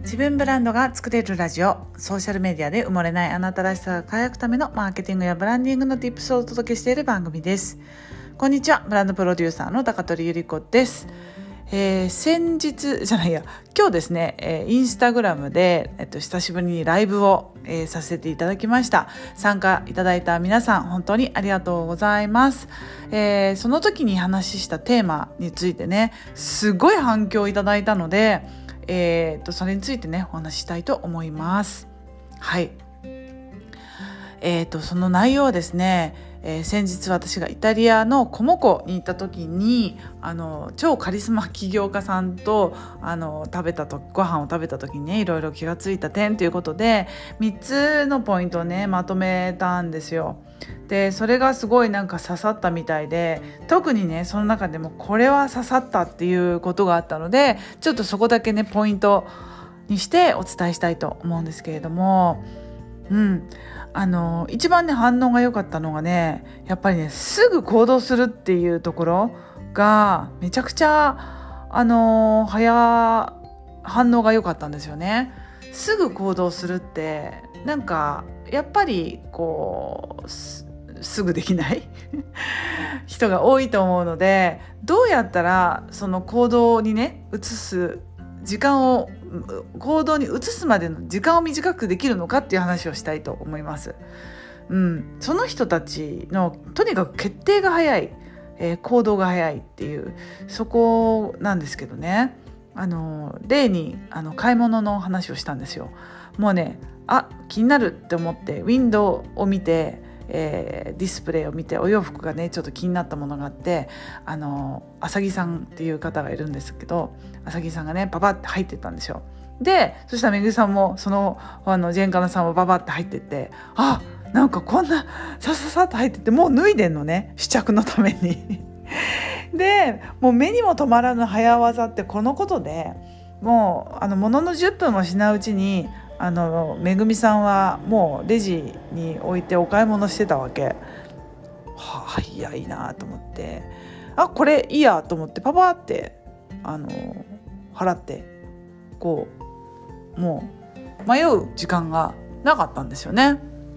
自分ブランドが作れるラジオ、ソーシャルメディアで埋もれないあなたらしさが輝くためのマーケティングやブランディングの Tips をお届けしている番組です。こんにちは、ブランドプロデューサーの高取ゆり子です。今日ですね、インスタグラムで、久しぶりにライブを、させていただきました。参加いただいた皆さん本当にありがとうございます。その時に話したテーマについてね、すごい反響いただいたので、それについてねお話ししたいと思います。はい。その内容はですね、先日私がイタリアのコモ湖に行った時に超カリスマ起業家さんとご飯を食べた時にね、いろいろ気がついた点ということで3つのポイントをねまとめたんですよ。でそれがすごい刺さったみたいで、特にねその中でもこれは刺さったっていうことがあったので、ちょっとそこだけねポイントにしてお伝えしたいと思うんですけれども、一番ね反応が良かったのがね、やっぱりねすぐ行動するっていうところがめちゃくちゃ反応が良かったんですよね。すぐ行動するってやっぱりすぐできない人が多いと思うので、どうやったらその行動にね行動に移すまでの時間を短くできるのかっていう話をしたいと思います。その人たちのとにかく決定が早い、行動が早いっていうそこなんですけどね、例に買い物の話をしたんですよ。もうね気になるって思ってウィンドウを見て、ディスプレイを見てお洋服がねちょっと気になったものがあって、浅木さんっていう方がいるんですけど、浅木さんがねパパって入ってったんですよ。でそしたらめぐさんもそのジェンカナさんもパパって入ってって、こんなさっと入ってって、もう脱いでんのね、試着のためにでもう目にも留まらぬ早技ってこのことで、もうものの10分もしないうちにめぐみさんはもうレジに置いてお買い物してたわけ。早いなと思って、これいいやと思ってパパって払ってもう迷う時間がなかったんですよね。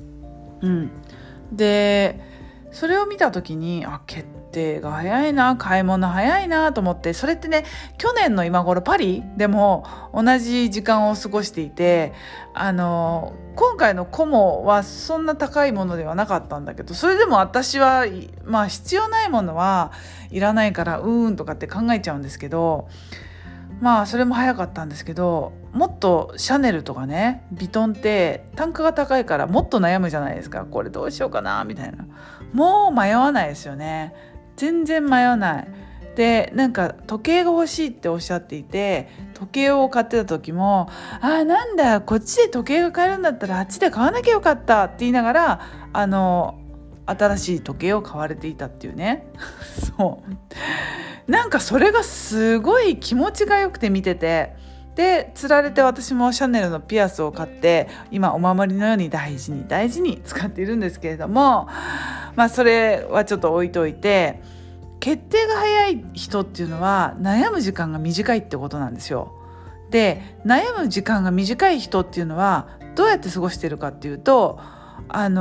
でそれを見た時に決定が早いな、買い物早いなと思って、それってね去年の今頃パリでも同じ時間を過ごしていて、今回のコモはそんな高いものではなかったんだけど、それでも私は必要ないものはいらないからとかって考えちゃうんですけど、それも早かったんですけど、もっとシャネルとかねヴィトンって単価が高いからもっと悩むじゃないですか。これどうしようかなみたいな。もう迷わないですよね。全然迷わない。で時計が欲しいっておっしゃっていて、時計を買ってた時もなんだこっちで時計が買えるんだったらあっちで買わなきゃよかったって言いながら新しい時計を買われていたっていうねそうそれがすごい気持ちがよくて見てて、でつられて私もシャネルのピアスを買って今お守りのように大事に使っているんですけれども、それはちょっと置いといて、決定が早い人っていうのは悩む時間が短いってことなんですよ。で悩む時間が短い人っていうのはどうやって過ごしているかっていうと、何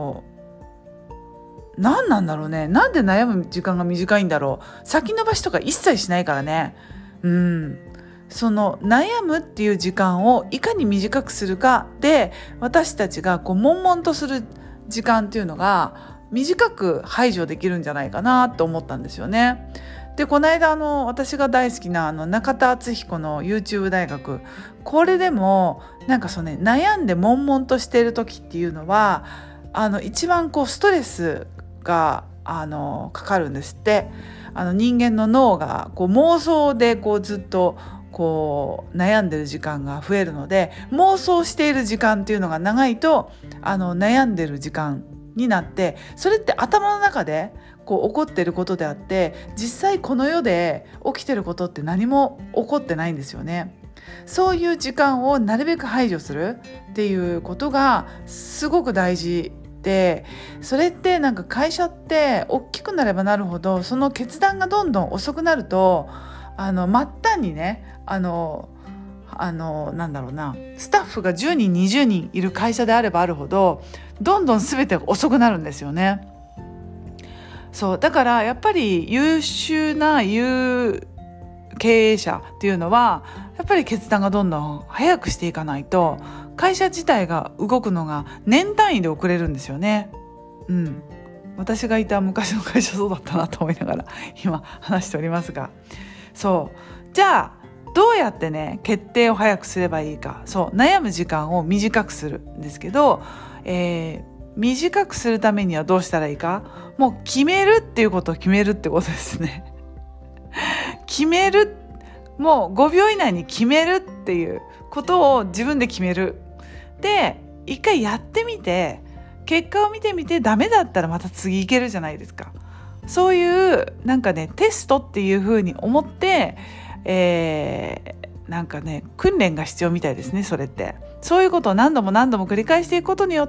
なんだろうね。なんで悩む時間が短いんだろう。先延ばしとか一切しないからね。その悩むっていう時間をいかに短くするかで、私たちが悶々とする時間っていうのが短く排除できるんじゃないかなと思ったんですよね。でこの間私が大好きな中田敦彦の YouTube 大学、これでも悩んで悶々としている時っていうのは一番ストレスがかかるんですって。人間の脳が妄想でずっと悩んでる時間が増えるので、妄想している時間っていうのが長いと悩んでる時間になって、それって頭の中で起こってることであって、実際この世で起きてることって何も起こってないんですよね。そういう時間をなるべく排除するっていうことがすごく大事で、それって会社って大きくなればなるほどその決断がどんどん遅くなると末端にねなんだろうな、スタッフが10人20人いる会社であればあるほどどんどん全てが遅くなるんですよね。そうだからやっぱり優秀な経営者っていうのはやっぱり決断がどんどん早くしていかないと会社自体が動くのが年単位で遅れるんですよね。私がいた昔の会社そうだったなと思いながら今話しておりますが、そうじゃあどうやってね決定を早くすればいいか、悩む時間を短くするんですけど、短くするためにはどうしたらいいか、もう決めるっていうことを決めるってことですね決める、もう5秒以内に決めるっていうことを自分で決める。で一回やってみて結果を見てみてダメだったらまた次いけるじゃないですか。そういうテストっていう風に思って、訓練が必要みたいですね。それってそういうことを何度も何度も繰り返していくことによって、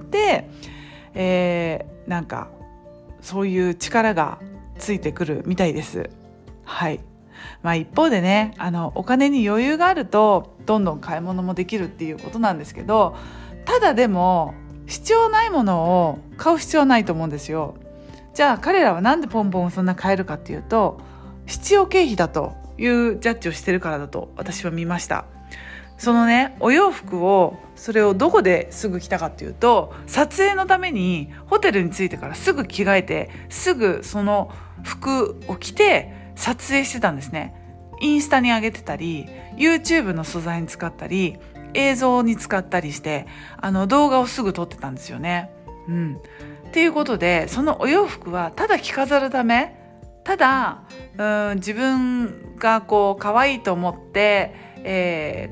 そういう力がついてくるみたいです。一方でね、お金に余裕があるとどんどん買い物もできるっていうことなんですけど、ただでも必要ないものを買う必要はないと思うんですよ。じゃあ彼らはなんでポンポンそんな買えるかっていうと、必要経費だというジャッジをしてるからだと私は見ました。そのね、お洋服をそれをどこですぐ着たかっていうと、撮影のためにホテルに着いてからすぐ着替えてすぐその服を着て撮影してたんですね。インスタに上げてたり YouTube の素材に使ったり映像に使ったりして動画をすぐ撮ってたんですよね。っていうことで、そのお洋服はただ着飾るため、ただ自分がこう可愛いと思って、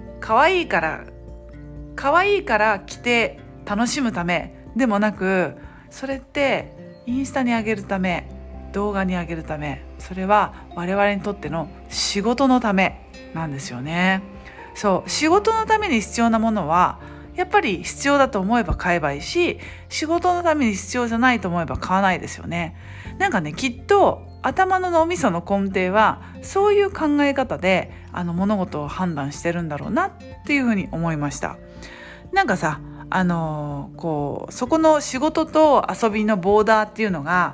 可愛いから着て楽しむためでもなく、それってインスタに上げるため、動画に上げるため、それは我々にとっての仕事のためなんですよね。仕事のために必要なものはやっぱり必要だと思えば買えばいいし、仕事のために必要じゃないと思えば買わないですよね。きっと頭の脳みその根底はそういう考え方で物事を判断してるんだろうなっていうふうに思いました。そこの仕事と遊びのボーダーっていうのが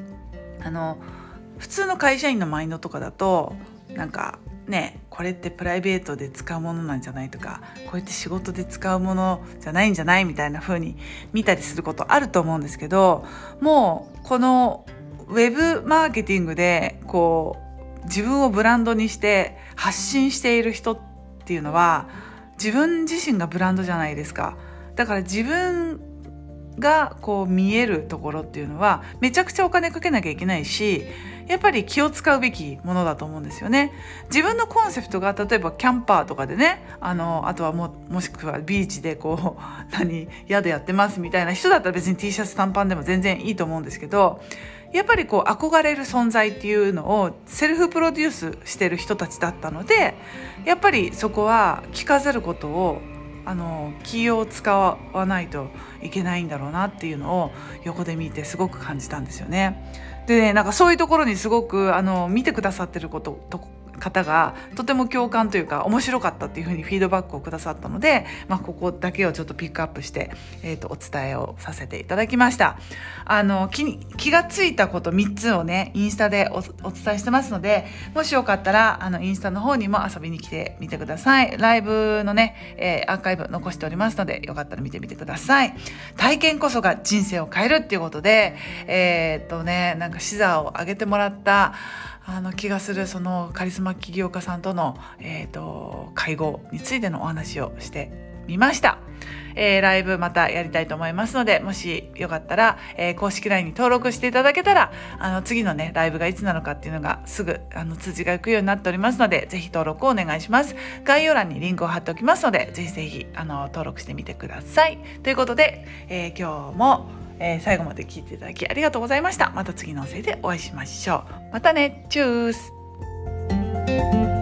普通の会社員のマインドとかだとこれってプライベートで使うものなんじゃないとか、これって仕事で使うものじゃないんじゃないみたいな風に見たりすることあると思うんですけど、もうこのウェブマーケティングで自分をブランドにして発信している人っていうのは自分自身がブランドじゃないですか。だから自分が見えるところっていうのはめちゃくちゃお金かけなきゃいけないし、やっぱり気を使うべきものだと思うんですよね。自分のコンセプトが例えばキャンパーとかでね、あとはもしくはビーチで宿やってますみたいな人だったら別に T シャツ短パンでも全然いいと思うんですけど、やっぱり憧れる存在っていうのをセルフプロデュースしてる人たちだったので、やっぱりそこは着飾ることを気を使わないといけないんだろうなっていうのを横で見てすごく感じたんですよね。でね、そういうところにすごく見てくださってる方がとても共感というか面白かったっていうふうにフィードバックをくださったので、ここだけをちょっとピックアップして、お伝えをさせていただきました。気がついたこと3つをねインスタでお伝えしてますので、もしよかったらインスタの方にも遊びに来てみてください。ライブのね、アーカイブ残しておりますので、よかったら見てみてください。体験こそが人生を変えるっていうことで視座を上げてもらった気がするそのカリスマ起業家さんとの、会合についてのお話をしてみました。ライブまたやりたいと思いますので、もしよかったら、公式 LINE に登録していただけたら次のねライブがいつなのかっていうのがすぐ通知が行くようになっておりますので、ぜひ登録をお願いします。概要欄にリンクを貼っておきますので、ぜひぜひ登録してみてください。ということで、今日も最後まで聞いていただきありがとうございました。また次の音声でお会いしましょう。またね、チュース。